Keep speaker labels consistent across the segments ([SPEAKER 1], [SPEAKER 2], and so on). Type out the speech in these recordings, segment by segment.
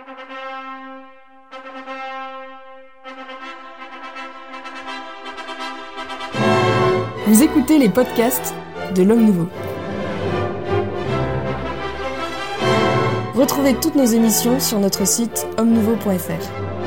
[SPEAKER 1] Vous écoutez les podcasts de l'Homme Nouveau. Retrouvez toutes nos émissions sur notre site hommenouveau.fr.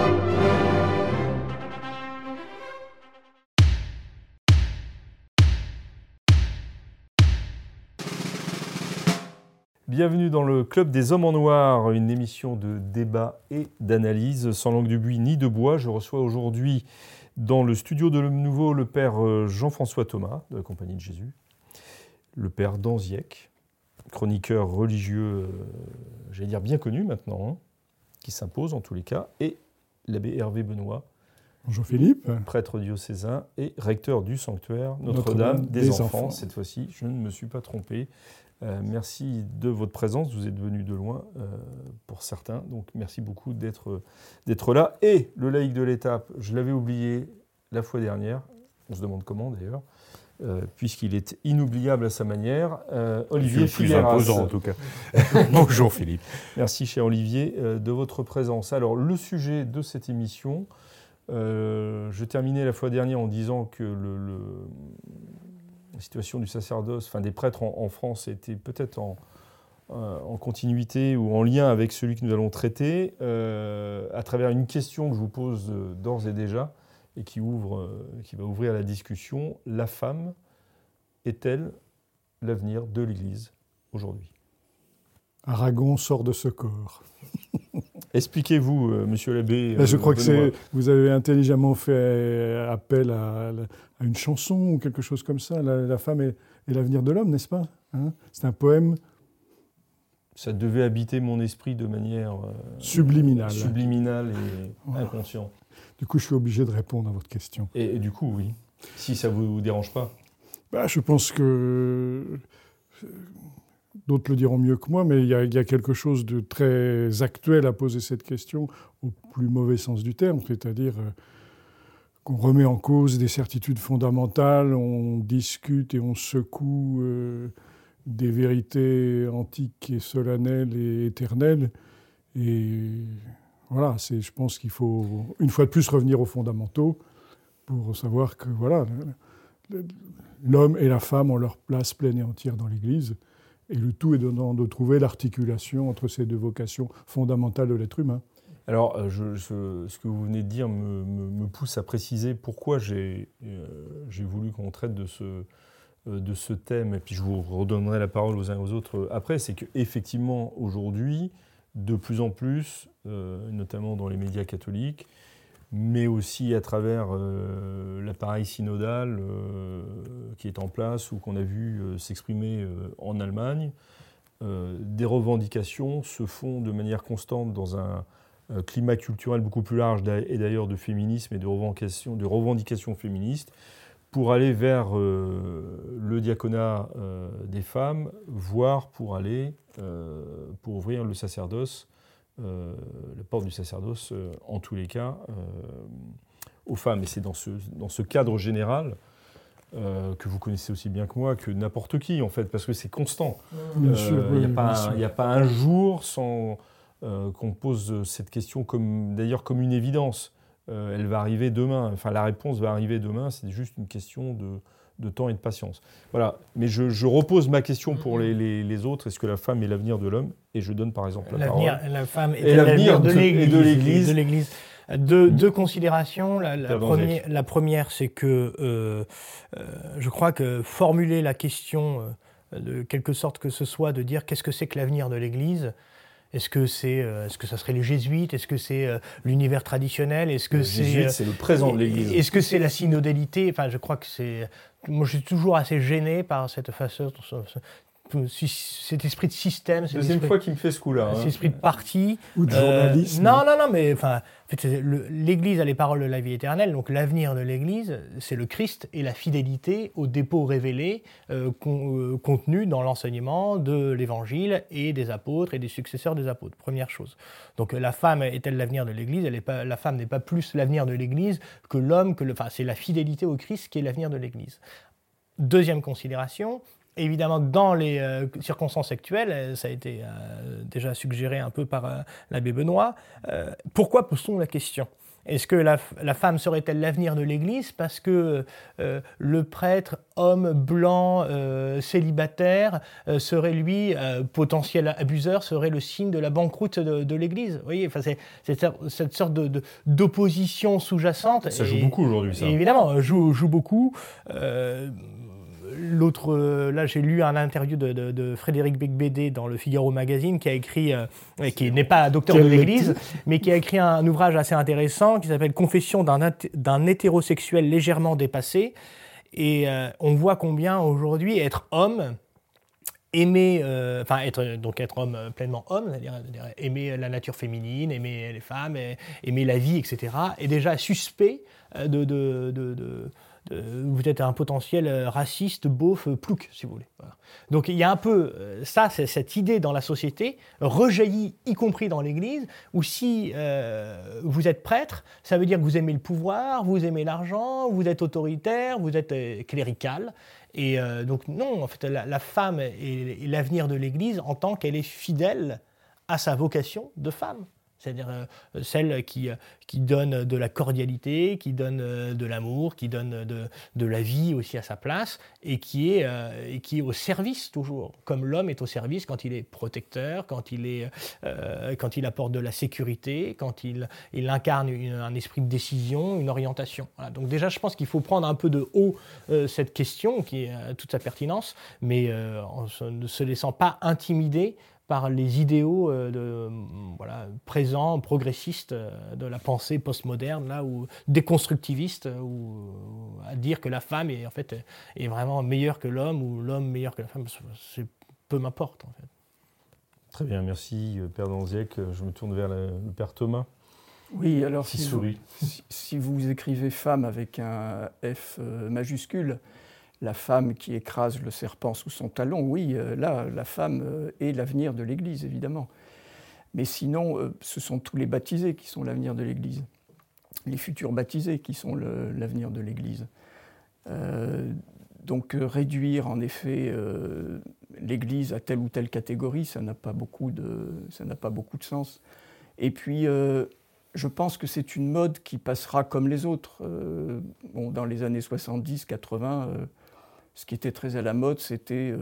[SPEAKER 2] Bienvenue dans le Club des Hommes en Noir, une émission de débat et d'analyse sans langue de buis ni de bois. Je reçois aujourd'hui dans le studio de l'Homme Nouveau le père Jean-François Thomas de la Compagnie de Jésus, le père Danziec, chroniqueur religieux, j'allais dire bien connu maintenant, qui s'impose en tous les cas, et l'abbé Hervé Benoît.
[SPEAKER 3] Bonjour Philippe.
[SPEAKER 2] Prêtre diocésain et recteur du sanctuaire Notre-Dame des enfants. Cette fois-ci, je ne me suis pas trompé. Merci de votre présence, vous êtes venus de loin pour certains, donc merci beaucoup d'être là. Et le laïc de l'étape, je l'avais oublié la fois dernière, on se demande comment d'ailleurs, puisqu'il est inoubliable à sa manière, Olivier Figueras.
[SPEAKER 4] Plus imposant en tout cas. Bonjour Philippe.
[SPEAKER 2] Merci cher Olivier de votre présence. Alors le sujet de cette émission, je terminais la fois dernière en disant que la situation du sacerdoce, enfin des prêtres en France était peut-être en continuité ou en lien avec celui que nous allons traiter, à travers une question que je vous pose d'ores et déjà et qui va ouvrir la discussion. La femme est-elle l'avenir de l'Église aujourd'hui ?
[SPEAKER 3] Aragon sort de ce corps.
[SPEAKER 2] Expliquez-vous, monsieur l'abbé.
[SPEAKER 3] Je crois que vous avez intelligemment fait appel à une chanson ou quelque chose comme ça. La femme est l'avenir de l'homme, n'est-ce pas ? C'est un poème. Ça
[SPEAKER 2] devait habiter mon esprit de manière
[SPEAKER 3] subliminale
[SPEAKER 2] et inconsciente.
[SPEAKER 3] Du coup, je suis obligé de répondre à votre question.
[SPEAKER 2] Et du coup, oui. Si ça ne vous dérange pas.
[SPEAKER 3] Je pense que d'autres le diront mieux que moi, mais il y a quelque chose de très actuel à poser cette question, au plus mauvais sens du terme, c'est-à-dire qu'on remet en cause des certitudes fondamentales, on discute et on secoue des vérités antiques et solennelles et éternelles. Et voilà, je pense qu'il faut, une fois de plus, revenir aux fondamentaux pour savoir que voilà, l'homme et la femme ont leur place pleine et entière dans l'Église. Et le tout est de trouver l'articulation entre ces deux vocations fondamentales de l'être humain.
[SPEAKER 2] Alors, ce que vous venez de dire me pousse à préciser pourquoi j'ai voulu qu'on traite de ce thème, et puis je vous redonnerai la parole aux uns et aux autres après. C'est qu'effectivement, aujourd'hui, de plus en plus, notamment dans les médias catholiques, mais aussi à travers l'appareil synodal qui est en place ou qu'on a vu s'exprimer en Allemagne, des revendications se font de manière constante dans un climat culturel beaucoup plus large et d'ailleurs de féminisme et de revendications féministes pour aller vers le diaconat des femmes, voire pour ouvrir le sacerdoce, la porte du sacerdoce, en tous les cas, aux femmes. Et c'est dans ce cadre général que vous connaissez aussi bien que moi, que n'importe qui, en fait, parce que c'est constant.
[SPEAKER 3] Bien sûr,
[SPEAKER 2] il n'y a pas un jour sans qu'on pose cette question comme une évidence. Elle va arriver demain. Enfin, la réponse va arriver demain. C'est juste une question de temps et de patience. Voilà. Mais je repose ma question pour les autres. Est-ce que la femme est l'avenir de l'homme ? Et je donne par exemple la parole.
[SPEAKER 5] La femme est l'avenir de l'Église. Deux considérations. La première, c'est que je crois que formuler la question de quelque sorte que ce soit de dire qu'est-ce que c'est que l'avenir de l'Église ? Est-ce que ça serait les jésuites ? Est-ce que c'est l'univers traditionnel ? Est-ce que
[SPEAKER 2] c'est le présent de l'Église ?
[SPEAKER 5] Est-ce que c'est la synodalité ? Enfin, je crois que moi, je suis toujours assez gêné par cette façon, cet esprit de système.
[SPEAKER 2] Deuxième fois qu'il me fait ce coup-là.
[SPEAKER 5] Cet esprit de parti.
[SPEAKER 3] Ou de journalisme.
[SPEAKER 5] Non, mais enfin, en fait, l'Église a les paroles de la vie éternelle, donc l'avenir de l'Église, c'est le Christ et la fidélité aux dépôts révélés contenus dans l'enseignement de l'Évangile et des apôtres et des successeurs des apôtres. Première chose. Donc la femme est-elle l'avenir de l'Église ? La femme n'est pas plus l'avenir de l'Église que l'homme, c'est la fidélité au Christ qui est l'avenir de l'Église. Deuxième considération, évidemment, dans les circonstances actuelles, ça a été déjà suggéré un peu par l'abbé Benoît, pourquoi pose-t-on la question ? Est-ce que la femme serait-elle l'avenir de l'Église parce que le prêtre, homme, blanc, célibataire, serait lui, potentiel abuseur, serait le signe de la banqueroute de l'Église ? Vous voyez, enfin, c'est cette sorte d'opposition sous-jacente.
[SPEAKER 2] Ça joue beaucoup aujourd'hui, ça.
[SPEAKER 5] Évidemment, joue beaucoup. Là, j'ai lu un interview de Frédéric Becbédé dans le Figaro Magazine, qui a écrit, qui n'est pas docteur de l'Église, mais qui a écrit un ouvrage assez intéressant qui s'appelle « Confession d'un hétérosexuel légèrement dépassé ». Et on voit combien aujourd'hui être homme, être homme pleinement homme, c'est-à-dire aimer la nature féminine, aimer les femmes, aimer la vie, etc., est déjà suspect vous êtes un potentiel raciste, beauf, plouc, si vous voulez. Voilà. Donc il y a un peu cette idée dans la société, rejaillit y compris dans l'Église, où si vous êtes prêtre, ça veut dire que vous aimez le pouvoir, vous aimez l'argent, vous êtes autoritaire, vous êtes clérical. Et donc non, en fait, la femme est l'avenir de l'Église en tant qu'elle est fidèle à sa vocation de femme. C'est-à-dire celle qui donne de la cordialité, qui donne de l'amour, qui donne de la vie aussi à sa place, et qui est au service toujours, comme l'homme est au service quand il est protecteur, quand il apporte de la sécurité, quand il incarne un esprit de décision, une orientation. Voilà. Donc déjà, je pense qu'il faut prendre un peu de haut cette question, qui a toute sa pertinence, mais en ne se laissant pas intimider par les idéaux présents, progressistes de la pensée postmoderne, là, ou déconstructiviste, ou à dire que la femme est vraiment meilleure que l'homme, ou l'homme meilleur que la femme, peu m'importe, en fait.
[SPEAKER 2] Très bien, merci Père Danziec. Je me tourne vers le Père Thomas.
[SPEAKER 6] Oui, alors
[SPEAKER 2] si
[SPEAKER 6] vous écrivez femme avec un F majuscule, la femme qui écrase le serpent sous son talon, oui, là, la femme est l'avenir de l'Église, évidemment. Mais sinon, ce sont tous les baptisés qui sont l'avenir de l'Église. Les futurs baptisés qui sont l'avenir de l'Église. Donc réduire, en effet, l'Église à telle ou telle catégorie, ça n'a pas beaucoup de sens. Et puis, je pense que c'est une mode qui passera comme les autres. Dans les années 70, 80... ce qui était très à la mode, c'était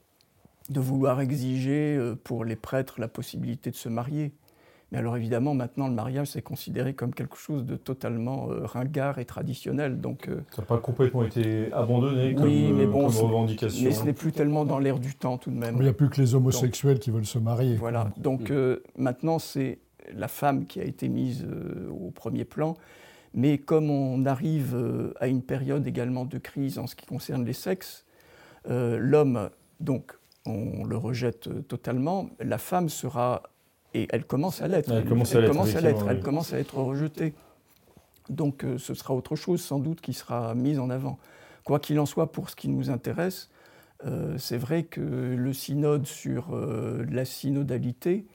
[SPEAKER 6] de vouloir exiger pour les prêtres la possibilité de se marier. Mais alors évidemment, maintenant, le mariage, c'est considéré comme quelque chose de totalement ringard et traditionnel. Donc,
[SPEAKER 2] ça n'a pas complètement été abandonné comme revendication.
[SPEAKER 6] Mais ce n'est plus tellement dans l'air du temps tout de même.
[SPEAKER 3] Il n'y a plus que les homosexuels qui veulent se marier.
[SPEAKER 6] Voilà, donc maintenant, c'est la femme qui a été mise au premier plan. Mais comme on arrive à une période également de crise en ce qui concerne les sexes, l'homme, donc, on le rejette totalement. La femme sera, et elle commence à l'être, elle commence à être rejetée. Donc ce sera autre chose sans doute qui sera mise en avant. Quoi qu'il en soit, pour ce qui nous intéresse, c'est vrai que le synode sur la synodalité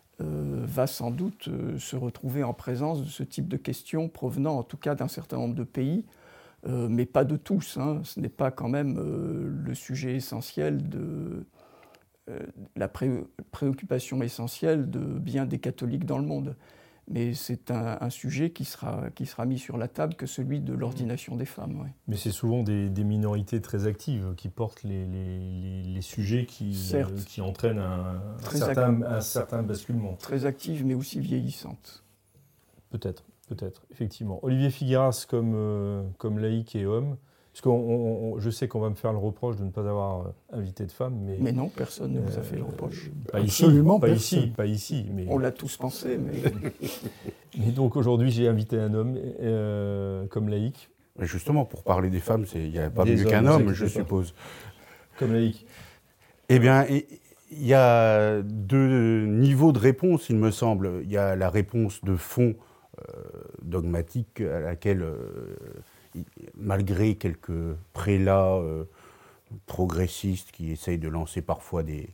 [SPEAKER 6] va sans doute se retrouver en présence de ce type de questions provenant en tout cas d'un certain nombre de pays, mais pas de tous. Ce n'est pas quand même le sujet essentiel de la préoccupation essentielle de bien des catholiques dans le monde. Mais c'est un sujet qui sera mis sur la table que celui de l'ordination des femmes. Ouais.
[SPEAKER 2] Mais c'est souvent des minorités très actives qui portent les sujets qui entraînent un certain basculement.
[SPEAKER 6] Très actives, mais aussi vieillissantes.
[SPEAKER 2] Peut-être, effectivement. Olivier Figueras, comme laïc et homme, parce que je sais qu'on va me faire le reproche de ne pas avoir invité de femmes,
[SPEAKER 6] mais non, personne ne vous a fait le reproche.
[SPEAKER 2] Pas ici. Mais...
[SPEAKER 6] On l'a tous pensé, mais...
[SPEAKER 2] Mais donc aujourd'hui, j'ai invité un homme comme laïc.
[SPEAKER 4] Justement, pour parler des femmes, il n'y a pas mieux qu'un homme, je suppose.
[SPEAKER 2] Comme laïc.
[SPEAKER 4] Eh bien, il y a deux niveaux de réponse, il me semble. Il y a la réponse de fond dogmatique à laquelle... malgré quelques prélats progressistes qui essayent de lancer parfois des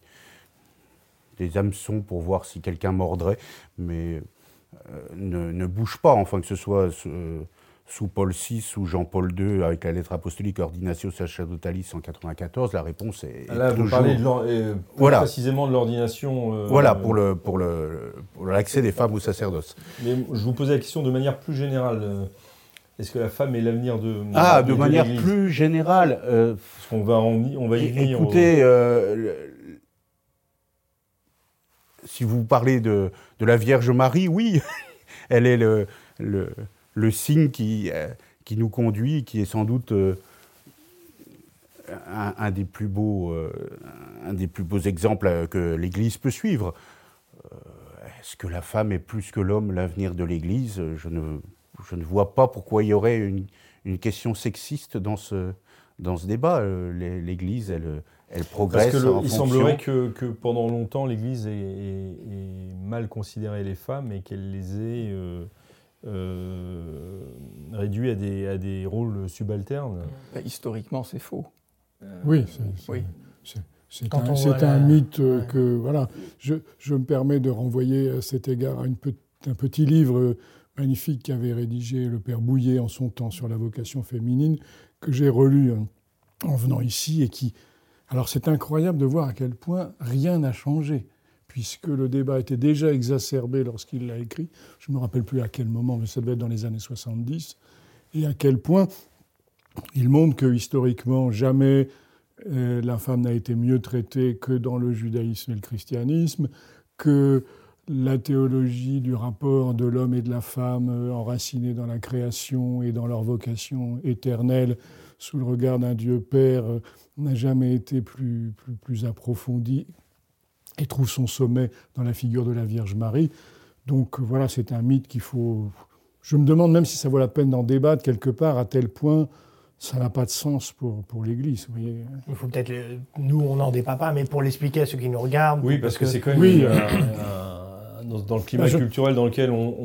[SPEAKER 4] hameçons pour voir si quelqu'un mordrait, mais ne bouge pas, enfin que ce soit sous Paul VI ou Jean-Paul II avec la lettre apostolique Ordinatio Sacerdotalis en 94, la réponse est
[SPEAKER 2] là,
[SPEAKER 4] toujours...
[SPEAKER 2] Vous parlez précisément de l'ordination...
[SPEAKER 4] Voilà, pour l'accès des femmes au sacerdoce.
[SPEAKER 2] Mais je vous posais la question de manière plus générale. Est-ce que la femme est l'avenir de
[SPEAKER 4] manière
[SPEAKER 2] l'Église
[SPEAKER 4] plus générale...
[SPEAKER 2] Parce qu'on va y venir.
[SPEAKER 4] Écoutez, si vous parlez de la Vierge Marie, oui, elle est le signe qui nous conduit, qui est sans doute un des plus beaux exemples que l'Église peut suivre. Est-ce que la femme est plus que l'homme l'avenir de l'Église ? Je ne vois pas pourquoi il y aurait une question sexiste dans ce débat. L'Église, elle progresse.
[SPEAKER 2] Parce
[SPEAKER 4] il
[SPEAKER 2] semblerait que pendant longtemps, l'Église ait mal considéré les femmes et qu'elle les ait réduits à des rôles subalternes.
[SPEAKER 6] Historiquement, c'est faux.
[SPEAKER 3] Oui, c'est un mythe que... Voilà. Je me permets de renvoyer à cet égard à un petit livre magnifique qu'avait rédigé le père Bouillet en son temps sur la vocation féminine, que j'ai relu en venant ici et qui... Alors c'est incroyable de voir à quel point rien n'a changé, puisque le débat était déjà exacerbé lorsqu'il l'a écrit. Je ne me rappelle plus à quel moment, mais ça devait être dans les années 70, et à quel point il montre que historiquement, jamais la femme n'a été mieux traitée que dans le judaïsme et le christianisme, que la théologie du rapport de l'homme et de la femme enracinée dans la création et dans leur vocation éternelle sous le regard d'un Dieu Père n'a jamais été plus approfondie et trouve son sommet dans la figure de la Vierge Marie. Donc voilà, c'est un mythe qu'il faut... Je me demande même si ça vaut la peine d'en débattre quelque part, à tel point ça n'a pas de sens pour l'Église. Vous voyez.
[SPEAKER 5] Il faut peut-être... Nous, on n'en débat pas, mais pour l'expliquer à ceux qui nous regardent...
[SPEAKER 2] Oui, parce que c'est quand même... dans le climat culturel dans lequel on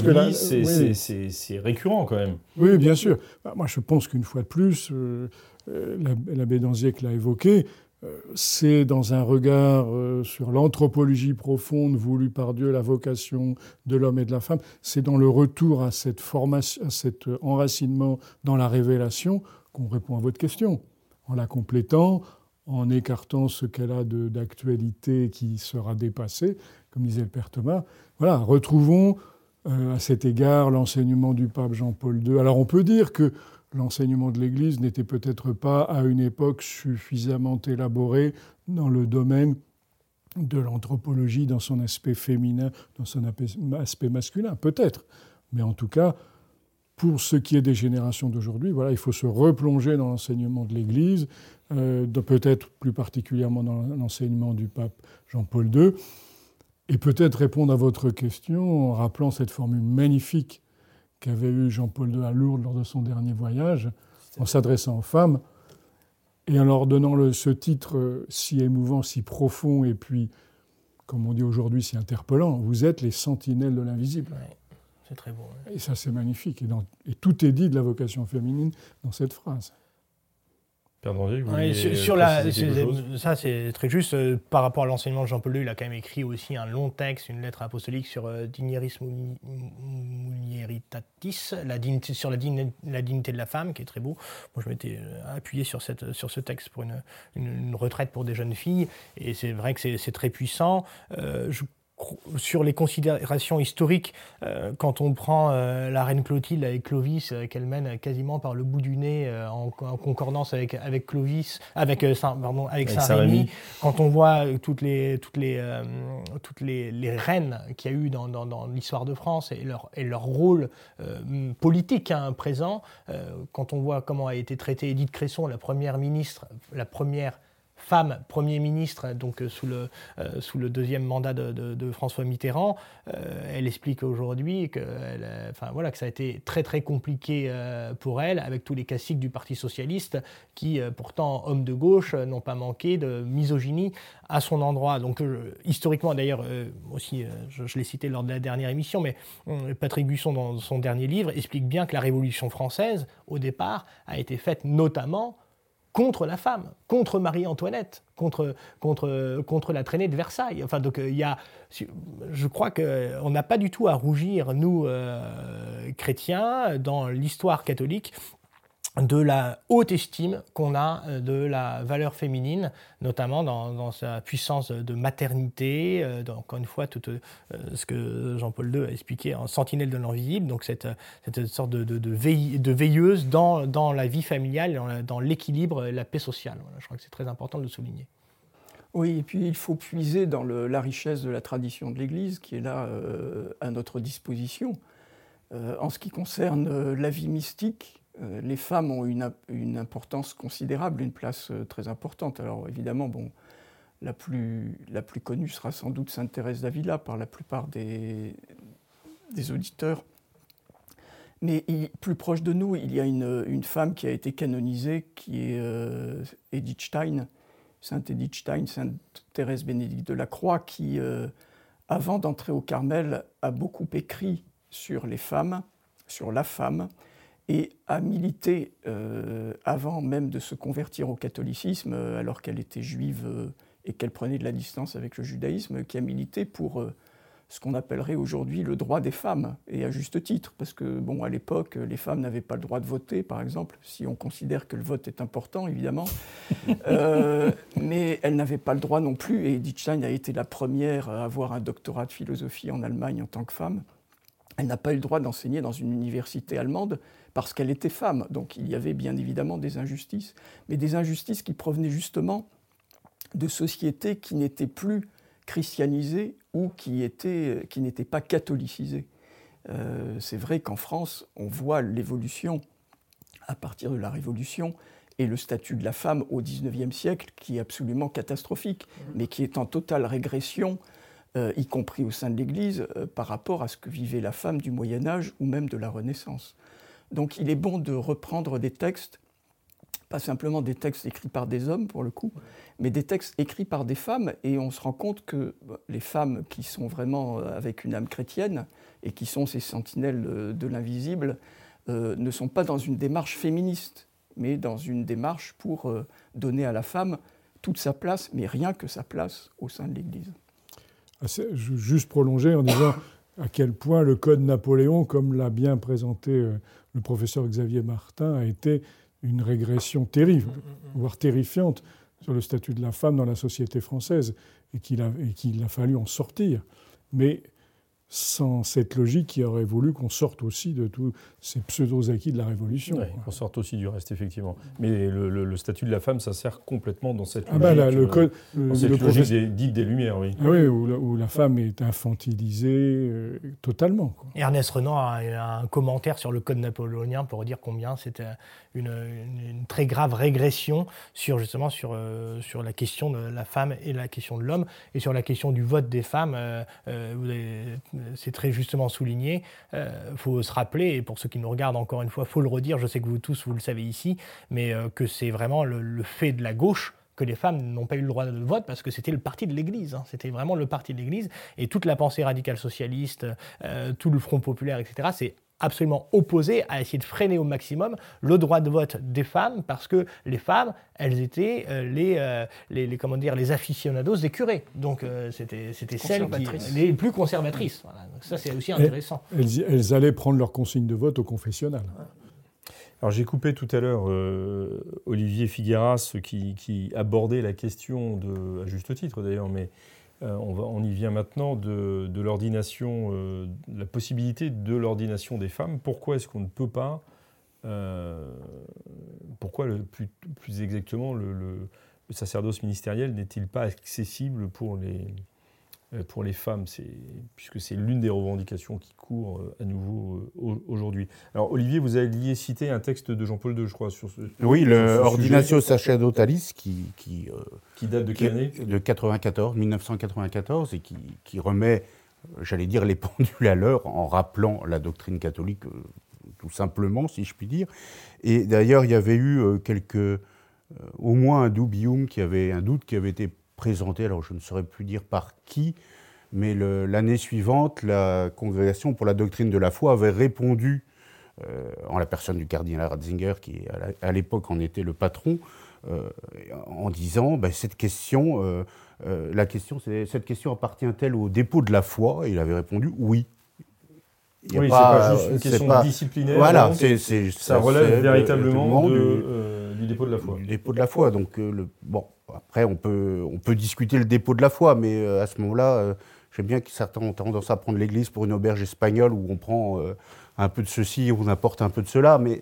[SPEAKER 2] vit, c'est récurrent quand même.
[SPEAKER 3] Oui, bien sûr. Moi, je pense qu'une fois de plus, l'abbé d'Anziek l'a évoqué, c'est dans un regard sur l'anthropologie profonde voulue par Dieu, la vocation de l'homme et de la femme, c'est dans le retour à cette formation, à cet enracinement dans la révélation qu'on répond à votre question, en la complétant, en écartant ce qu'elle a d'actualité qui sera dépassé, comme disait le père Thomas. Voilà, retrouvons à cet égard l'enseignement du pape Jean-Paul II. Alors on peut dire que l'enseignement de l'Église n'était peut-être pas à une époque suffisamment élaboré dans le domaine de l'anthropologie, dans son aspect féminin, dans son aspect masculin, peut-être. Mais en tout cas, pour ce qui est des générations d'aujourd'hui, voilà, il faut se replonger dans l'enseignement de l'Église, peut-être plus particulièrement dans l'enseignement du pape Jean-Paul II, et peut-être répondre à votre question en rappelant cette formule magnifique qu'avait eue Jean-Paul II à Lourdes lors de son dernier voyage, en s'adressant aux femmes, et en leur donnant ce titre si émouvant, si profond, et puis, comme on dit aujourd'hui, si interpellant, vous êtes les sentinelles de l'invisible.
[SPEAKER 5] Ouais, c'est très beau. Ouais.
[SPEAKER 3] Et ça, c'est magnifique. Et tout est dit de la vocation féminine dans cette phrase.
[SPEAKER 5] Ça, c'est très juste. Par rapport à l'enseignement de Jean-Paul II, il a quand même écrit aussi un long texte, une lettre apostolique sur Digneris Mulieritatis, sur la dignité de la femme, qui est très beau. Moi, je m'étais appuyé sur ce texte pour une retraite pour des jeunes filles, et c'est vrai que c'est très puissant. Sur les considérations historiques, quand on prend la reine Clotilde avec Clovis, qu'elle mène quasiment par le bout du nez en concordance avec Clovis, avec Saint-Rémy, quand on voit toutes les reines qu'il y a eu dans l'histoire de France et leur rôle politique présent, quand on voit comment a été traitée Édith Cresson, la première femme Premier ministre, donc sous le deuxième mandat de François Mitterrand, elle explique aujourd'hui que ça a été très très compliqué pour elle, avec tous les classiques du Parti socialiste, qui pourtant, hommes de gauche, n'ont pas manqué de misogynie à son endroit. Donc historiquement, d'ailleurs, aussi, je l'ai cité lors de la dernière émission, mais Patrick Buisson, dans son dernier livre, explique bien que la Révolution française, au départ, a été faite notamment contre la femme, contre Marie-Antoinette, contre la traînée de Versailles. Enfin, donc, je crois qu'on n'a pas du tout à rougir, nous chrétiens, dans l'histoire catholique, de la haute estime qu'on a de la valeur féminine, notamment dans sa puissance de maternité, encore une fois, tout ce que Jean-Paul II a expliqué en sentinelle de l'invisible, donc cette sorte de veilleuse dans la vie familiale, dans l'équilibre et la paix sociale. Voilà, je crois que c'est très important de le souligner.
[SPEAKER 6] Oui, et puis il faut puiser dans la richesse de la tradition de l'Église qui est là à notre disposition. En ce qui concerne la vie mystique, les femmes ont une importance considérable, une place très importante. Alors évidemment, la plus connue sera sans doute Sainte Thérèse d'Avila par la plupart des auditeurs. Mais plus proche de nous, il y a une femme qui a été canonisée, qui est Edith Stein, Sainte Edith Stein, Sainte Thérèse Bénédicte de la Croix, qui, avant d'entrer au Carmel, a beaucoup écrit sur les femmes, sur la femme, et a milité, avant même de se convertir au catholicisme, alors qu'elle était juive et qu'elle prenait de la distance avec le judaïsme, qui a milité pour ce qu'on appellerait aujourd'hui le droit des femmes, et à juste titre, parce que, à l'époque, les femmes n'avaient pas le droit de voter, par exemple, si on considère que le vote est important, évidemment, mais elles n'avaient pas le droit non plus, et Edith Stein a été la première à avoir un doctorat de philosophie en Allemagne en tant que femme. Elle n'a pas eu le droit d'enseigner dans une université allemande parce qu'elle était femme. Donc il y avait bien évidemment des injustices, mais des injustices qui provenaient justement de sociétés qui n'étaient plus christianisées ou qui n'étaient pas catholicisées. C'est vrai qu'en France, on voit l'évolution à partir de la Révolution et le statut de la femme au XIXe siècle qui est absolument catastrophique, mais qui est en totale régression, y compris au sein de l'Église, par rapport à ce que vivait la femme du Moyen-Âge ou même de la Renaissance. Donc il est bon de reprendre des textes, pas simplement des textes écrits par des hommes pour le coup, mais des textes écrits par des femmes, et on se rend compte que les femmes qui sont vraiment avec une âme chrétienne et qui sont ces sentinelles de l'invisible ne sont pas dans une démarche féministe, mais dans une démarche pour donner à la femme toute sa place, mais rien que sa place au sein de l'Église.
[SPEAKER 3] Juste prolonger en disant à quel point le Code Napoléon, comme l'a bien présenté le professeur Xavier Martin, a été une régression terrible, voire terrifiante, sur le statut de la femme dans la société française, et qu'il a fallu en sortir. Mais sans cette logique qui aurait voulu qu'on sorte aussi de tous ces pseudo-acquis de la Révolution.
[SPEAKER 2] Oui, qu'on sorte aussi du reste, effectivement. Mais le statut de la femme s'insère complètement dans cette logique, logique dite des Lumières. Oui,
[SPEAKER 3] où la femme est infantilisée totalement. Quoi.
[SPEAKER 5] Ernest Renan a un commentaire sur le Code napoléonien pour dire combien c'était une très grave régression sur la question de la femme et la question de l'homme, et sur la question du vote des femmes. C'est très justement souligné. Faut se rappeler, et pour ceux qui nous regardent encore une fois, faut le redire, je sais que vous tous, vous le savez ici, mais que c'est vraiment le fait de la gauche que les femmes n'ont pas eu le droit de vote parce que c'était le parti de l'Église. C'était vraiment le parti de l'Église. Et toute la pensée radicale socialiste, tout le Front populaire, etc., c'est absolument opposé à essayer de freiner au maximum le droit de vote des femmes, parce que les femmes, elles étaient les aficionados des curés. Donc c'était celles les plus conservatrices. Voilà. Donc ça, c'est aussi intéressant.
[SPEAKER 3] Elles allaient prendre leur consigne de vote au confessionnal.
[SPEAKER 2] Alors j'ai coupé tout à l'heure Olivier Figueras qui abordait la question, à juste titre d'ailleurs, mais on y vient maintenant de l'ordination, la possibilité de l'ordination des femmes. Pourquoi est-ce qu'on ne peut pas, pourquoi plus exactement le sacerdoce ministériel n'est-il pas accessible pour les femmes, puisque c'est l'une des revendications qui court à nouveau aujourd'hui. Alors Olivier, vous aviez cité un texte de Jean-Paul II, je crois, sur ce
[SPEAKER 4] oui, le Ordinatio Sacerdotalis qui
[SPEAKER 2] date de quelle année ?
[SPEAKER 4] De 1994, et qui remet, j'allais dire, les pendules à l'heure en rappelant la doctrine catholique, tout simplement, si je puis dire. Et d'ailleurs, il y avait eu au moins un dubium, un doute qui avait été présenté, alors je ne saurais plus dire par qui, mais l'année suivante, la Congrégation pour la doctrine de la foi avait répondu, en la personne du cardinal Ratzinger, qui à l'époque en était le patron, en disant cette question appartient-elle au dépôt de la foi ? Et il avait répondu oui. Il y a
[SPEAKER 2] oui,
[SPEAKER 4] pas,
[SPEAKER 2] c'est pas juste une question disciplinaire.
[SPEAKER 4] Voilà,
[SPEAKER 2] ça relève véritablement du dépôt de la foi.
[SPEAKER 4] Du dépôt de la foi. Donc, après, on peut discuter le dépôt de la foi, mais à ce moment-là, j'aime bien que certains ont tendance à prendre l'Église pour une auberge espagnole où on prend un peu de ceci, où on apporte un peu de cela, mais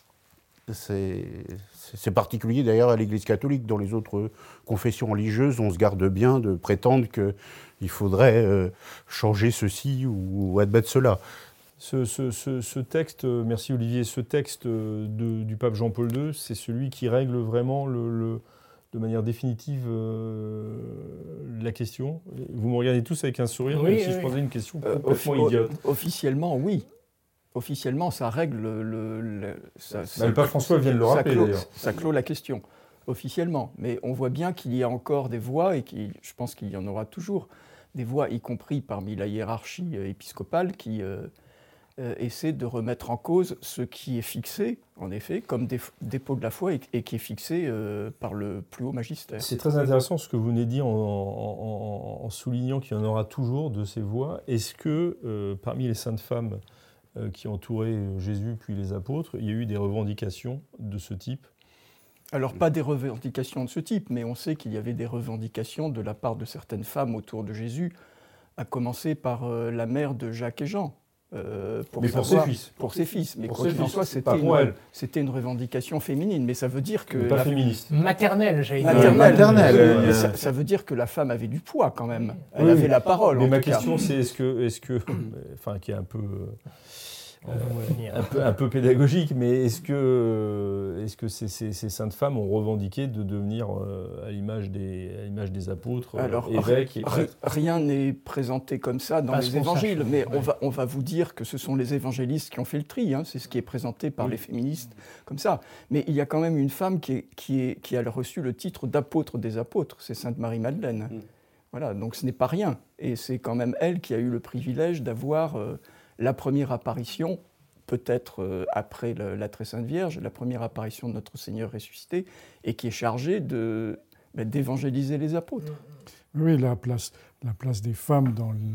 [SPEAKER 4] c'est particulier d'ailleurs à l'Église catholique. Dans les autres confessions religieuses, on se garde bien de prétendre qu'il faudrait changer ceci ou admettre cela.
[SPEAKER 2] Ce texte, merci Olivier, ce texte du pape Jean-Paul II, c'est celui qui règle vraiment de manière définitive la question. Vous me regardez tous avec un sourire, même si je posais une question complètement idiote.
[SPEAKER 6] Officiellement, oui. Officiellement, ça règle
[SPEAKER 2] le pape François vient de le rappeler d'ailleurs.
[SPEAKER 6] Ça clôt la question, officiellement. Mais on voit bien qu'il y a encore des voix, et je pense qu'il y en aura toujours, des voix, y compris parmi la hiérarchie épiscopale, qui essaient de remettre en cause ce qui est fixé, en effet, comme dépôt de la foi et qui est fixé par le plus haut magistère.
[SPEAKER 2] C'est très intéressant ce que vous venez de dire en soulignant qu'il y en aura toujours de ces voix. Est-ce que parmi les saintes femmes qui entouraient Jésus puis les apôtres, il y a eu des revendications de ce type ?
[SPEAKER 6] Alors, pas des revendications de ce type, mais on sait qu'il y avait des revendications de la part de certaines femmes autour de Jésus, à commencer par la mère de Jacques et Jean.
[SPEAKER 2] Pour ses fils.
[SPEAKER 6] Pour ses fils. Mais
[SPEAKER 2] quoi qu'il en soit,
[SPEAKER 6] c'était une revendication féminine. Mais ça veut dire que...
[SPEAKER 2] Pas féministe.
[SPEAKER 5] Maternelle, j'allais dire.
[SPEAKER 6] Maternelle. Ça veut dire que la femme avait du poids, quand même. Elle avait la parole,
[SPEAKER 2] mais ma question, c'est est-ce que enfin, qui est un peu... un peu pédagogique, mais est-ce que ces saintes femmes ont revendiqué de devenir à l'image des apôtres, évêques et prêtres ?
[SPEAKER 6] Rien n'est présenté comme ça dans les évangiles, mais on va vous dire que ce sont les évangélistes qui ont fait le tri, c'est ce qui est présenté par les féministes comme ça. Mais il y a quand même une femme qui a reçu le titre d'apôtre des apôtres, c'est Sainte Marie-Madeleine. Voilà, donc ce n'est pas rien, et c'est quand même elle qui a eu le privilège d'avoir... la première apparition, peut-être après la Très Sainte Vierge, la première apparition de notre Seigneur ressuscité, et qui est chargée d'évangéliser les apôtres.
[SPEAKER 3] Oui, la place des femmes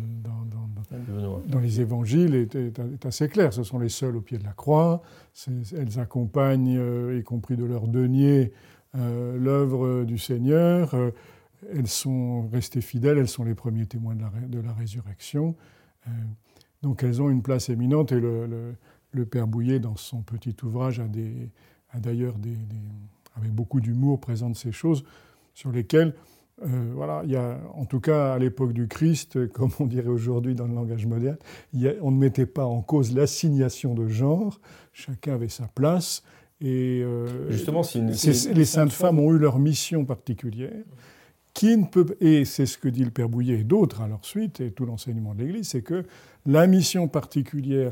[SPEAKER 3] dans les évangiles est assez claire. Ce sont les seules au pied de la croix. Elles accompagnent, y compris de leur denier, l'œuvre du Seigneur. Elles sont restées fidèles, elles sont les premiers témoins de la résurrection. Donc elles ont une place éminente, et le Père Bouillet, dans son petit ouvrage, a d'ailleurs avec beaucoup d'humour, présente ces choses sur lesquelles, il y a, en tout cas à l'époque du Christ, comme on dirait aujourd'hui dans le langage moderne, on ne mettait pas en cause l'assignation de genre, chacun avait sa place, et
[SPEAKER 2] justement,
[SPEAKER 3] les saintes femmes ont eu leur mission particulière, et c'est ce que dit le Père Bouillet et d'autres à leur suite, et tout l'enseignement de l'Église, c'est que la mission particulière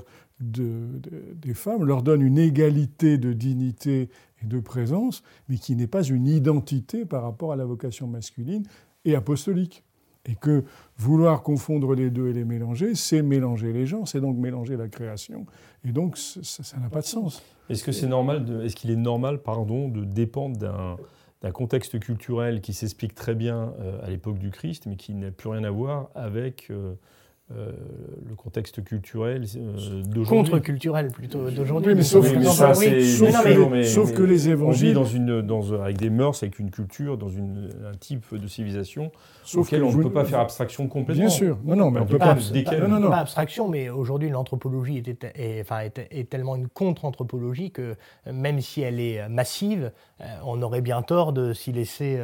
[SPEAKER 3] des femmes leur donne une égalité de dignité et de présence, mais qui n'est pas une identité par rapport à la vocation masculine et apostolique. Et que vouloir confondre les deux et les mélanger, c'est mélanger les gens, c'est donc mélanger la création. Et donc, ça n'a pas de sens.
[SPEAKER 2] Est-ce qu'il est normal, de dépendre d'un contexte culturel qui s'explique très bien à l'époque du Christ, mais qui n'a plus rien à voir avec le contexte culturel d'aujourd'hui.
[SPEAKER 5] Contre-culturel plutôt d'aujourd'hui.
[SPEAKER 3] Oui, mais sauf que les évangiles...
[SPEAKER 2] On vit avec des mœurs, avec une culture, dans un type de civilisation auquel on ne peut pas faire abstraction complètement.
[SPEAKER 3] Bien sûr. Non, mais on ne peut
[SPEAKER 5] pas abstraction, mais aujourd'hui l'anthropologie est tellement une contre-anthropologie que même si elle est massive, on aurait bien tort de s'y laisser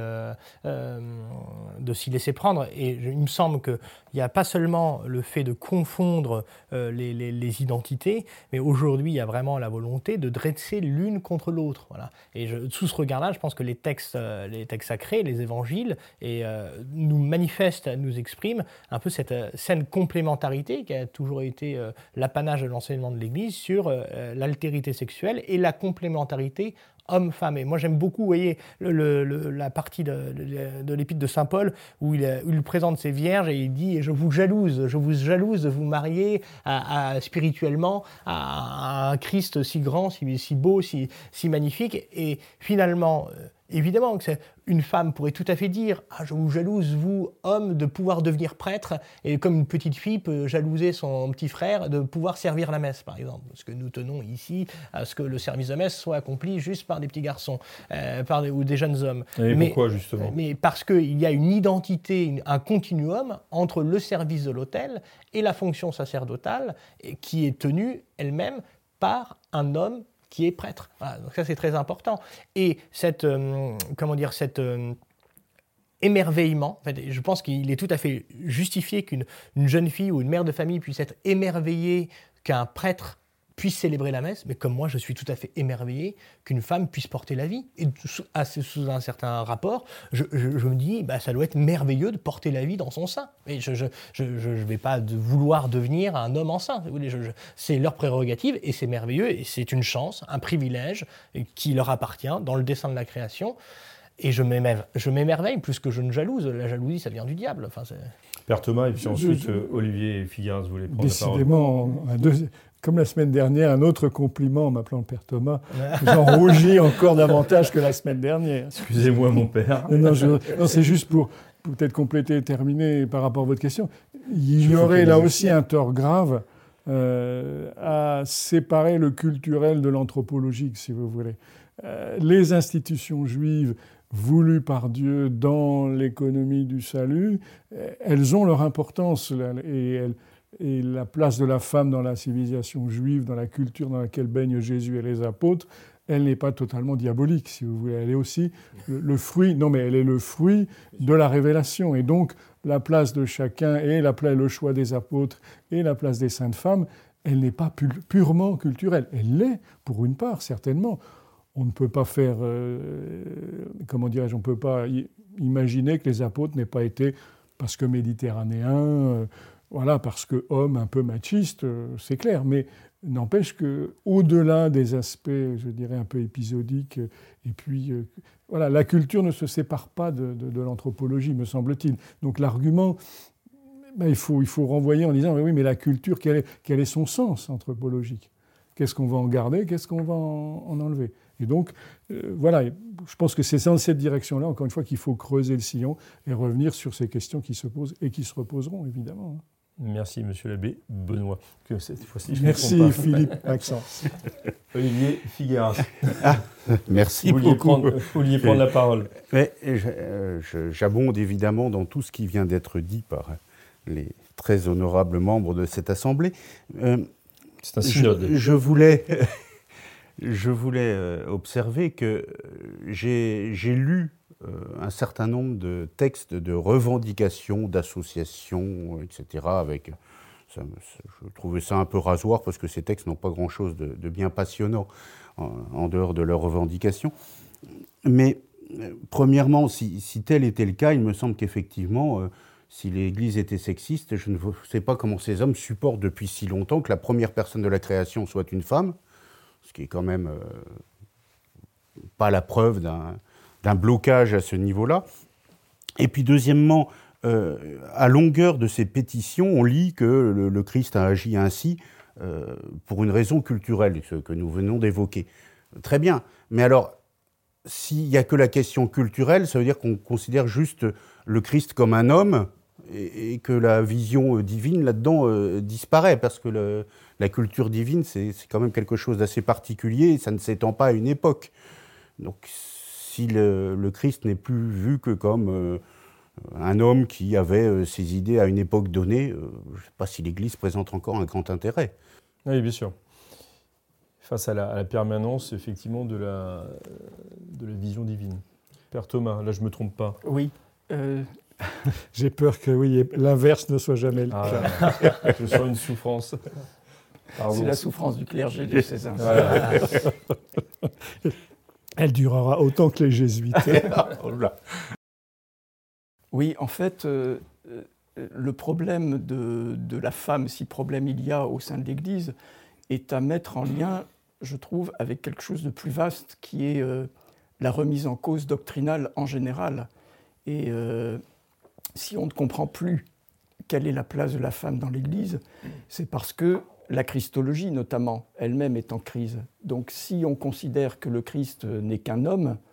[SPEAKER 5] prendre. Et il me semble qu'il n'y a pas seulement le fait de confondre les identités, mais aujourd'hui il y a vraiment la volonté de dresser l'une contre l'autre. Voilà. Et sous ce regard-là, je pense que les textes sacrés, les évangiles, nous manifestent, nous expriment un peu cette saine complémentarité qui a toujours été l'apanage de l'enseignement de l'Église sur l'altérité sexuelle et la complémentarité homme-femme. Et moi, j'aime beaucoup, vous voyez, la partie de l'épître de Saint Paul où il présente ses vierges et il dit « Je vous jalouse de vous marier spirituellement à un Christ si grand, si beau, si magnifique. » Et finalement, évidemment que une femme pourrait tout à fait dire « Ah, je vous jalouse, vous, homme, de pouvoir devenir prêtre, et comme une petite fille peut jalouser son petit frère de pouvoir servir la messe, par exemple. » Parce que nous tenons ici à ce que le service de messe soit accompli juste par des petits garçons ou des jeunes hommes.
[SPEAKER 2] Et pourquoi, justement ?
[SPEAKER 5] Mais parce qu'il y a une identité, un continuum entre le service de l'autel et la fonction sacerdotale qui est tenue elle-même par un homme qui est prêtre. Voilà, donc ça, c'est très important. Et cet émerveillement, en fait, je pense qu'il est tout à fait justifié qu'une jeune fille ou une mère de famille puisse être émerveillée qu'un prêtre puisse célébrer la messe, mais comme moi, je suis tout à fait émerveillé qu'une femme puisse porter la vie. Et sous un certain rapport, je me dis, ça doit être merveilleux de porter la vie dans son sein. Et je ne vais pas vouloir devenir un homme enceint. C'est leur prérogative et c'est merveilleux et c'est une chance, un privilège qui leur appartient dans le dessein de la création. Et je m'émerveille plus que je ne jalouse. La jalousie, ça vient du diable. Enfin,
[SPEAKER 2] Père Thomas, et puis ensuite Olivier Figueras voulait prendre
[SPEAKER 3] décidément, la parole. Comme la semaine dernière, un autre compliment en m'appelant le Père Thomas. J'en rougis encore davantage que la semaine dernière.
[SPEAKER 2] Excusez-moi, mon père.
[SPEAKER 3] Non, c'est juste pour peut-être compléter et terminer par rapport à votre question. Il y aurait là aussi un tort grave à séparer le culturel de l'anthropologique, si vous voulez. Les institutions juives voulues par Dieu dans l'économie du salut, elles ont leur importance et la place de la femme dans la civilisation juive, dans la culture dans laquelle baignent Jésus et les apôtres, elle n'est pas totalement diabolique, si vous voulez. Elle est aussi le fruit, elle est le fruit de la révélation. Et donc, la place de chacun et le choix des apôtres et la place des saintes femmes, elle n'est pas purement culturelle. Elle l'est, pour une part, certainement. On ne peut pas faire, on ne peut pas imaginer que les apôtres n'aient pas été, parce que méditerranéens, parce que homme un peu machiste, c'est clair, mais n'empêche qu'au-delà des aspects, je dirais, un peu épisodiques, et puis, la culture ne se sépare pas de l'anthropologie, me semble-t-il. Donc l'argument, il faut renvoyer en disant, mais la culture, quel est son sens anthropologique ? Qu'est-ce qu'on va en garder ? Qu'est-ce qu'on va en enlever ? Et donc, je pense que c'est dans cette direction-là, encore une fois, qu'il faut creuser le sillon et revenir sur ces questions qui se posent et qui se reposeront, évidemment.
[SPEAKER 2] Merci, monsieur l'abbé Benoît. Que cette fois-ci,
[SPEAKER 3] merci, Philippe Maxence.
[SPEAKER 2] Olivier Figueras.
[SPEAKER 4] Merci beaucoup.
[SPEAKER 2] Vouliez prendre la parole.
[SPEAKER 4] Mais j'abonde évidemment dans tout ce qui vient d'être dit par les très honorables membres de cette assemblée.
[SPEAKER 2] C'est un synode.
[SPEAKER 4] Je voulais observer que j'ai lu un certain nombre de textes de revendications, d'associations, etc. Je trouvais ça un peu rasoir parce que ces textes n'ont pas grand-chose de bien passionnant en dehors de leurs revendications. Mais premièrement, si tel était le cas, il me semble qu'effectivement, si l'Église était sexiste, je ne sais pas comment ces hommes supportent depuis si longtemps que la première personne de la création soit une femme, ce qui est quand même pas la preuve d'un blocage à ce niveau-là. Et puis deuxièmement, à longueur de ces pétitions, on lit que le Christ a agi ainsi pour une raison culturelle, ce que nous venons d'évoquer. Très bien, mais alors, s'il n'y a que la question culturelle, ça veut dire qu'on considère juste le Christ comme un homme et que la vision divine là-dedans disparaît, parce que la culture divine, c'est quand même quelque chose d'assez particulier et ça ne s'étend pas à une époque. Donc, si le Christ n'est plus vu que comme un homme qui avait ses idées à une époque donnée, je ne sais pas si l'Église présente encore un grand intérêt.
[SPEAKER 2] Oui, bien sûr. Face à la permanence, effectivement, de la vision divine. Père Thomas, là, je ne me trompe pas.
[SPEAKER 6] Oui.
[SPEAKER 3] J'ai peur que l'inverse ne soit jamais le cas.
[SPEAKER 2] Je sens une souffrance.
[SPEAKER 6] Pardon. C'est la souffrance du clergé diocésain.
[SPEAKER 2] Voilà.
[SPEAKER 3] Elle durera autant que les jésuites.
[SPEAKER 6] Oui, en fait, le problème de la femme, si problème il y a au sein de l'Église, est à mettre en lien, je trouve, avec quelque chose de plus vaste, qui est la remise en cause doctrinale en général. Et si on ne comprend plus quelle est la place de la femme dans l'Église, c'est parce que la christologie, notamment, elle-même est en crise. Donc si on considère que le Christ n'est qu'un homme,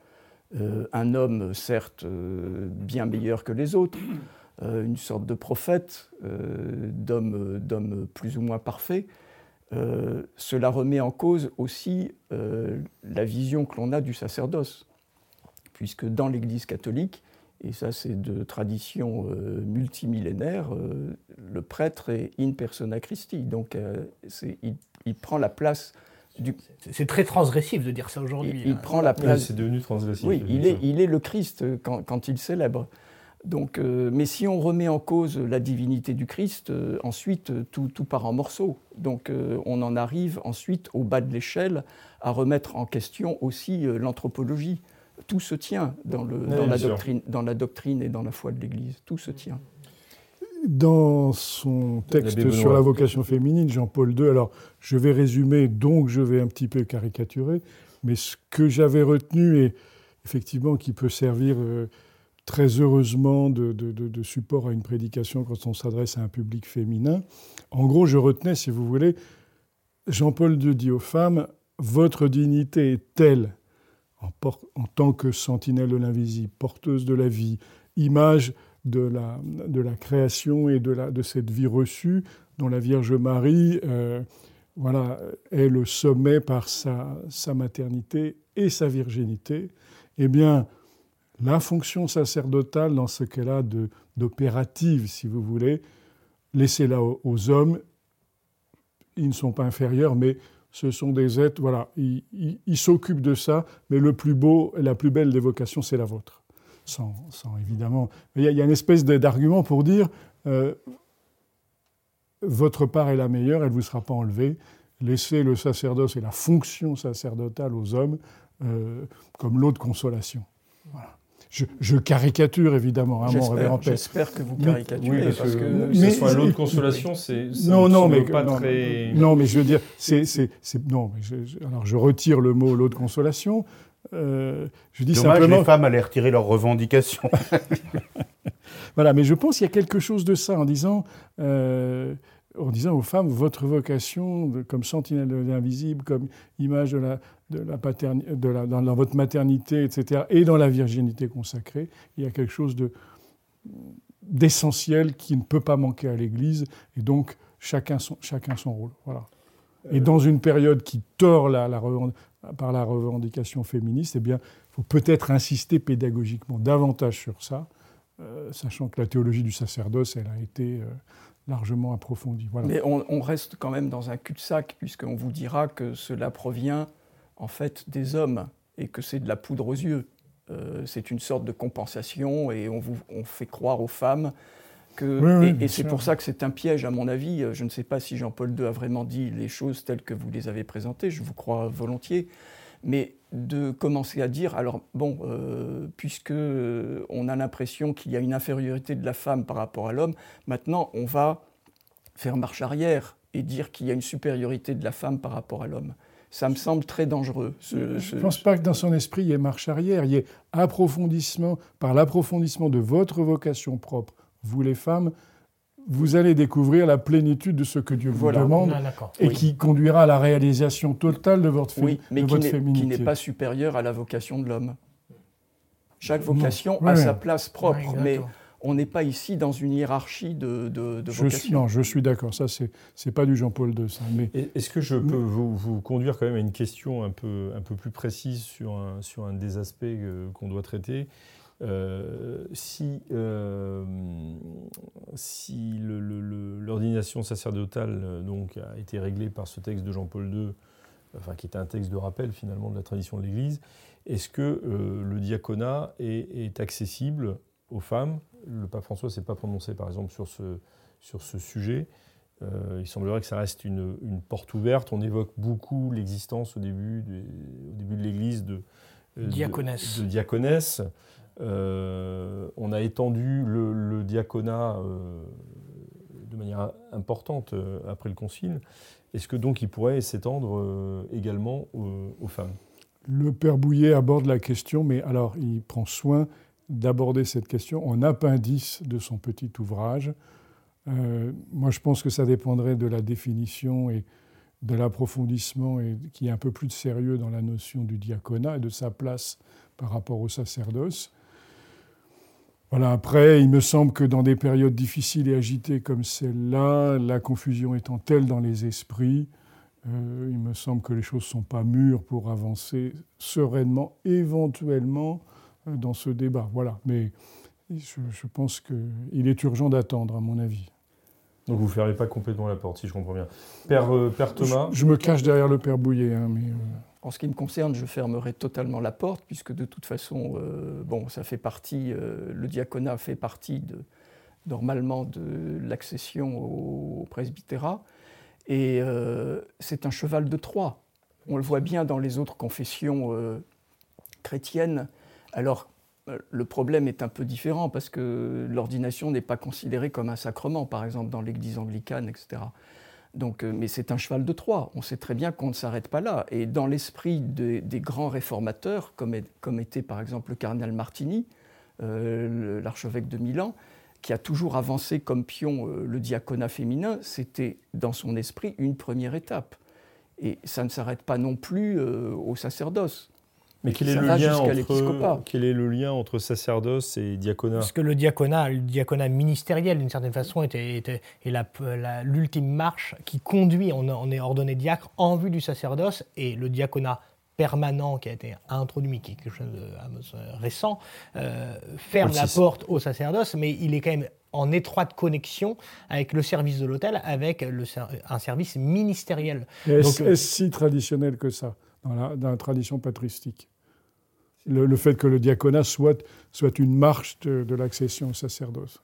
[SPEAKER 6] un homme, certes, bien meilleur que les autres, une sorte de prophète, d'homme plus ou moins parfait. Cela remet en cause aussi la vision que l'on a du sacerdoce, puisque dans l'Église catholique, et ça c'est de tradition multimillénaire, le prêtre est in persona Christi, donc il prend la place du...
[SPEAKER 5] C'est très transgressif de dire ça aujourd'hui.
[SPEAKER 6] Il prend la place...
[SPEAKER 2] C'est devenu transgressif.
[SPEAKER 6] Oui, il est le Christ quand il célèbre. Donc, mais si on remet en cause la divinité du Christ, ensuite tout part en morceaux. Donc on en arrive ensuite au bas de l'échelle à remettre en question aussi l'anthropologie. Tout se tient dans la doctrine et dans la foi de l'Église. Tout se tient.
[SPEAKER 3] Dans son texte sur la vocation féminine, Jean-Paul II, alors je vais résumer, donc je vais un petit peu caricaturer, mais ce que j'avais retenu, et effectivement qui peut servir très heureusement de support à une prédication quand on s'adresse à un public féminin, en gros je retenais, si vous voulez, Jean-Paul II dit aux femmes, votre dignité est telle, en tant que sentinelle de l'invisible, porteuse de la vie, image de la création et de cette vie reçue dont la Vierge Marie est le sommet par sa maternité et sa virginité, eh bien, la fonction sacerdotale dans ce qu'elle a d'opérative, si vous voulez, laissez-la aux hommes, ils ne sont pas inférieurs, mais ce sont des êtres, voilà, ils s'occupent de ça, mais le plus beau, la plus belle des vocations, c'est la vôtre. Sans évidemment... Il y a une espèce d'argument pour dire votre part est la meilleure, elle ne vous sera pas enlevée. Laissez le sacerdoce et la fonction sacerdotale aux hommes comme lot de consolation. Voilà. Je caricature évidemment, mon révérend père.
[SPEAKER 6] J'espère que vous caricaturez.
[SPEAKER 2] Oui, parce que ce soit l'eau de consolation, c'est pas très...
[SPEAKER 3] Non, mais je veux dire, alors je retire le mot lot de consolation. Je dis
[SPEAKER 4] dommage,
[SPEAKER 3] simplement...
[SPEAKER 4] les femmes allaient retirer leurs revendications.
[SPEAKER 3] Voilà, mais je pense qu'il y a quelque chose de ça en disant aux femmes, votre vocation comme sentinelle de l'invisible, comme image dans votre maternité, etc., et dans la virginité consacrée, il y a quelque chose d'essentiel qui ne peut pas manquer à l'Église, et donc chacun son rôle. Voilà. Et dans une période qui tord par la revendication féministe, eh bien, il faut peut-être insister pédagogiquement davantage sur ça, sachant que la théologie du sacerdoce, elle a été largement approfondie. Voilà.
[SPEAKER 6] Mais on reste quand même dans un cul-de-sac, puisqu'on vous dira que cela provient en fait des hommes, et que c'est de la poudre aux yeux. C'est une sorte de compensation, et on fait croire aux femmes que... Oui, et c'est pour ça que c'est un piège, à mon avis. Je ne sais pas si Jean-Paul II a vraiment dit les choses telles que vous les avez présentées, je vous crois volontiers, mais de commencer à dire, alors bon, puisque on a l'impression qu'il y a une infériorité de la femme par rapport à l'homme, maintenant on va faire marche arrière et dire qu'il y a une supériorité de la femme par rapport à l'homme. Ça me semble très dangereux. Je ne
[SPEAKER 3] pense pas que dans son esprit, il y ait marche arrière, il y ait approfondissement, par l'approfondissement de votre vocation propre, vous les femmes, vous allez découvrir la plénitude de ce que Dieu vous demande et qui conduira à la réalisation totale de votre féminité.
[SPEAKER 6] Oui, mais qui n'est pas supérieure à la vocation de l'homme. Chaque vocation a sa place propre, mais on n'est pas ici dans une hiérarchie de vocation.
[SPEAKER 3] Non, je suis d'accord, ça c'est pas du Jean-Paul II. Ça, mais...
[SPEAKER 2] Est-ce que je peux vous conduire quand même à une question un peu plus précise sur un des aspects qu'on doit traiter ? Si l'ordination sacerdotale donc, a été réglée par ce texte de Jean-Paul II, qui est un texte de rappel finalement de la tradition de l'Église, est-ce que le diaconat est accessible aux femmes ? Le pape François ne s'est pas prononcé par exemple sur ce sujet. Il semblerait que ça reste une porte ouverte. On évoque beaucoup l'existence au début de l'Église de diaconesses. On a étendu le diaconat de manière importante après le Concile. Est-ce que donc il pourrait s'étendre également aux femmes ?
[SPEAKER 3] Le père Bouillet aborde la question, mais alors il prend soin d'aborder cette question en appendice de son petit ouvrage. Moi, je pense que ça dépendrait de la définition et de l'approfondissement et qu'il y ait un peu plus de sérieux dans la notion du diaconat et de sa place par rapport au sacerdoce. Voilà, après, il me semble que dans des périodes difficiles et agitées comme celle-là, la confusion étant telle dans les esprits, il me semble que les choses ne sont pas mûres pour avancer sereinement, éventuellement, dans ce débat. Voilà, mais je pense qu'il est urgent d'attendre, à mon avis.
[SPEAKER 2] Donc vous ne fermez pas complètement la porte, si je comprends bien. Père Thomas.
[SPEAKER 3] Je me cache derrière le Père Bouillet, mais...
[SPEAKER 6] En ce qui me concerne, je fermerai totalement la porte, puisque de toute façon, ça fait partie, le diaconat fait partie normalement de l'accession au presbytérat, et c'est un cheval de Troie. On le voit bien dans les autres confessions chrétiennes. Alors, le problème est un peu différent, parce que l'ordination n'est pas considérée comme un sacrement, par exemple dans l'Église anglicane, etc. Donc, mais c'est un cheval de Troie. On sait très bien qu'on ne s'arrête pas là. Et dans l'esprit des grands réformateurs, comme était par exemple le cardinal Martini, l'archevêque de Milan, qui a toujours avancé comme pion le diaconat féminin, c'était dans son esprit une première étape. Et ça ne s'arrête pas non plus au sacerdoce.
[SPEAKER 2] Mais quel est le lien entre sacerdoce et diaconat ?
[SPEAKER 5] Parce que le diaconat ministériel, d'une certaine façon, est l'ultime marche qui conduit, on est ordonné diacre en vue du sacerdoce, et le diaconat permanent qui a été introduit, qui est quelque chose de récent, ferme la porte au sacerdoce, mais il est quand même en étroite connexion avec le service de l'autel, avec un service ministériel.
[SPEAKER 3] Est-ce si traditionnel que ça dans la tradition patristique, le fait que le diaconat soit une marche de l'accession au sacerdoce?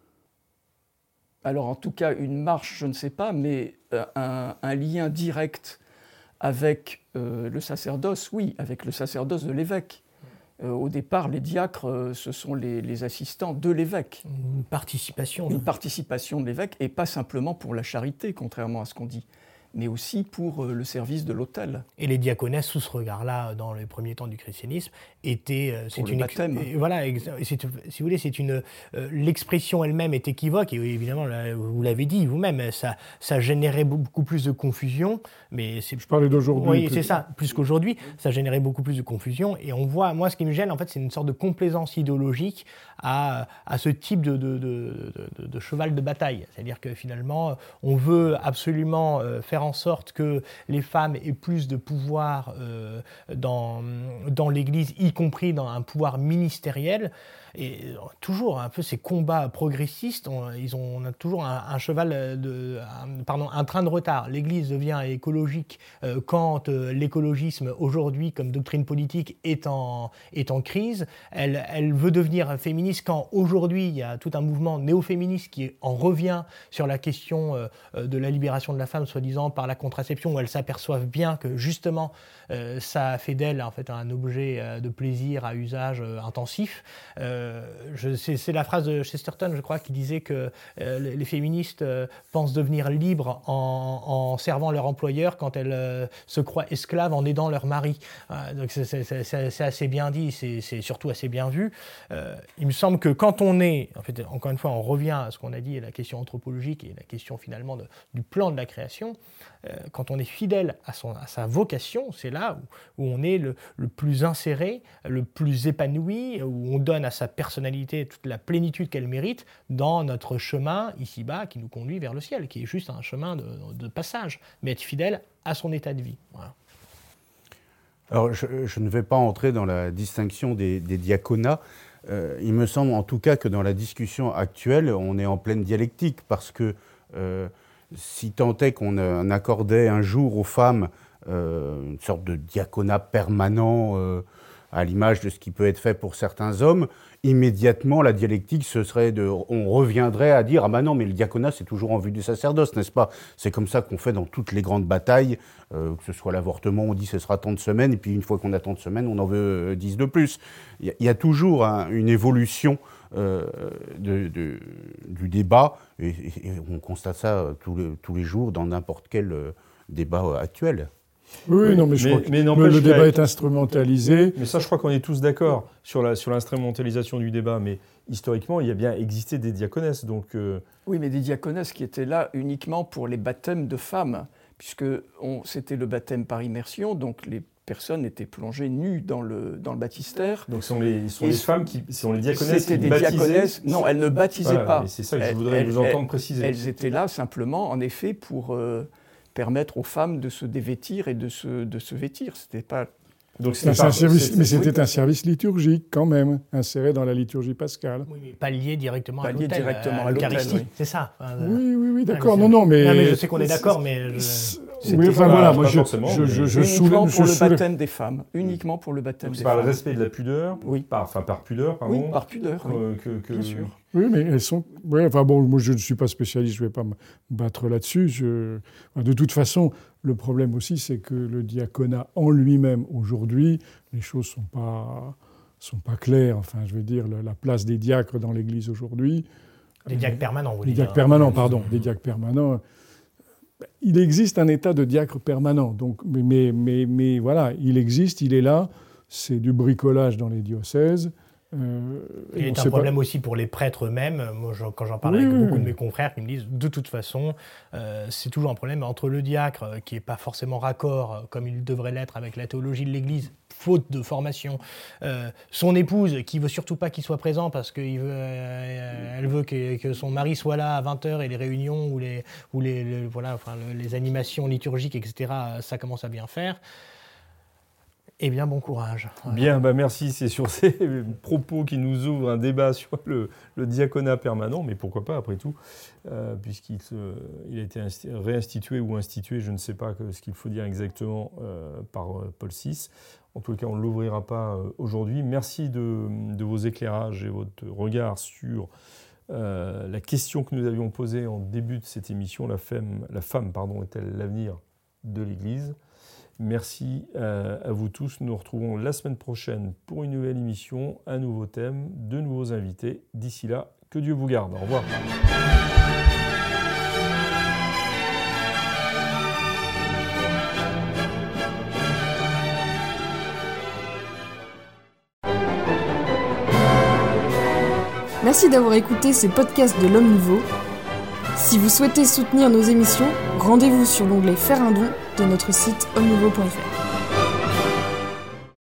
[SPEAKER 6] Alors en tout cas, une marche, je ne sais pas, mais un lien direct avec le sacerdoce, oui, avec le sacerdoce de l'évêque. Au départ, les diacres, ce sont les assistants de l'évêque.
[SPEAKER 5] Une participation
[SPEAKER 6] de l'évêque, et pas simplement pour la charité, contrairement à ce qu'on dit, mais aussi pour le service de l'autel.
[SPEAKER 5] Et les diaconesses, sous ce regard-là, dans les premiers temps du christianisme, étaient...
[SPEAKER 6] pour le baptême.
[SPEAKER 5] Voilà, si vous voulez, l'expression elle-même est équivoque, et évidemment, vous l'avez dit vous-même, ça générait beaucoup plus de confusion. Mais
[SPEAKER 3] je parlais d'aujourd'hui.
[SPEAKER 5] Oui, c'est ça, plus qu'aujourd'hui, ça générait beaucoup plus de confusion, et on voit, moi, ce qui me gêne, en fait, c'est une sorte de complaisance idéologique à ce type de cheval de bataille. C'est-à-dire que finalement, on veut absolument faire en sorte que les femmes aient plus de pouvoir dans l'Église, y compris dans un pouvoir ministériel. Et toujours un peu ces combats progressistes, on a toujours un train de retard. L'Église devient écologique quand l'écologisme aujourd'hui, comme doctrine politique, est en crise. Elle veut devenir féministe quand aujourd'hui il y a tout un mouvement néo-féministe qui en revient sur la question de la libération de la femme, soi-disant par la contraception, où elles s'aperçoivent bien que justement ça fait d'elle en fait un objet de plaisir à usage intensif. C'est la phrase de Chesterton, je crois, qui disait que les féministes pensent devenir libres en servant leur employeur quand elles se croient esclaves en aidant leur mari. Donc c'est assez bien dit, c'est surtout assez bien vu. Il me semble que quand on est, en fait, encore une fois, on revient à ce qu'on a dit, à la question anthropologique et la question finalement du plan de la création, quand on est fidèle à sa vocation, c'est là où on est le plus inséré, le plus épanoui, où on donne à sa personnalité toute la plénitude qu'elle mérite dans notre chemin ici-bas qui nous conduit vers le ciel, qui est juste un chemin de passage, mais être fidèle à son état de vie. Voilà.
[SPEAKER 4] Alors, je ne vais pas entrer dans la distinction des diaconats. Il me semble en tout cas que dans la discussion actuelle, on est en pleine dialectique, parce que si tant est qu'on accordait un jour aux femmes une sorte de diaconat permanent à l'image de ce qui peut être fait pour certains hommes, immédiatement la dialectique on reviendrait à dire « Ah ben non, mais le diaconat c'est toujours en vue du sacerdoce, n'est-ce pas ?» C'est comme ça qu'on fait dans toutes les grandes batailles, que ce soit l'avortement, on dit ce sera tant de semaines, et puis une fois qu'on a tant de semaines, on en veut 10 de plus. Il y a toujours une évolution du débat, et on constate ça tous les jours dans n'importe quel débat actuel.
[SPEAKER 3] Oui, non, mais je crois que le débat est instrumentalisé.
[SPEAKER 2] Mais ça, je crois qu'on est tous d'accord sur l'instrumentalisation du débat. Mais historiquement, il y a bien existé des diaconesses. Donc,
[SPEAKER 6] Oui, mais des diaconesses qui étaient là uniquement pour les baptêmes de femmes, puisque c'était le baptême par immersion, donc les personnes étaient plongées nues dans le baptistère.
[SPEAKER 2] Donc ce sont les femmes sont les diaconesses qui
[SPEAKER 6] des
[SPEAKER 2] baptisaient.
[SPEAKER 6] Diaconesses. Non, elles ne baptisaient pas.
[SPEAKER 2] C'est ça que je voudrais vous entendre préciser.
[SPEAKER 6] Elles étaient là simplement, en effet, pour permettre aux femmes de se dévêtir et de se vêtir. C'était pas...
[SPEAKER 3] Donc c'était un service liturgique quand même, inséré dans la liturgie pascale.
[SPEAKER 5] Oui, mais pas lié directement à l'autel, à l'Eucharistie, oui. C'est ça.
[SPEAKER 3] Oui, d'accord. Non, mais
[SPEAKER 5] je sais qu'on est d'accord, mais...
[SPEAKER 3] Oui, enfin voilà, moi je
[SPEAKER 6] uniquement pour le baptême des femmes. Uniquement pour le baptême des femmes.
[SPEAKER 2] Par le respect de la pudeur.
[SPEAKER 6] Oui.
[SPEAKER 2] Par pudeur, pardon.
[SPEAKER 6] Oui, par pudeur. Bien sûr.
[SPEAKER 3] Oui, mais elles sont. Oui, enfin bon, moi je ne suis pas spécialiste, je ne vais pas me battre là-dessus. De toute façon, le problème aussi, c'est que le diaconat en lui-même aujourd'hui, les choses sont pas claires. Enfin, je veux dire, la place des diacres dans l'Église aujourd'hui.
[SPEAKER 5] Des diacres permanents, vous
[SPEAKER 3] dites. Des diacres permanents, pardon, des diacres permanents. Il existe un état de diacre permanent, donc, mais voilà, il existe, il est là, c'est du bricolage dans les diocèses.
[SPEAKER 5] Il est un problème aussi pour les prêtres eux-mêmes. Moi, quand j'en parle avec beaucoup de mes confrères qui me disent, de toute façon, c'est toujours un problème entre le diacre, qui n'est pas forcément raccord, comme il devrait l'être avec la théologie de l'Église, faute de formation, son épouse, qui ne veut surtout pas qu'il soit présent parce qu'elle veut que son mari soit là à 20h et les réunions ou les animations liturgiques, etc., ça commence à bien faire. Eh bien, bon courage.
[SPEAKER 2] Voilà. Bien, merci. C'est sur ces propos qui nous ouvrent un débat sur le diaconat permanent, mais pourquoi pas, après tout, puisqu'il a été réinstitué ou institué, je ne sais pas ce qu'il faut dire exactement, par Paul VI. En tout cas, on ne l'ouvrira pas aujourd'hui. Merci de vos éclairages et votre regard sur la question que nous avions posée en début de cette émission. La femme, est-elle l'avenir de l'Église ? Merci à vous tous. Nous nous retrouvons la semaine prochaine pour une nouvelle émission, un nouveau thème, de nouveaux invités. D'ici là, que Dieu vous garde. Au revoir.
[SPEAKER 1] Merci d'avoir écouté ce podcast de l'Homme Nouveau. Si vous souhaitez soutenir nos émissions, rendez-vous sur l'onglet « Faire un don » de notre site homme-nouveau.fr.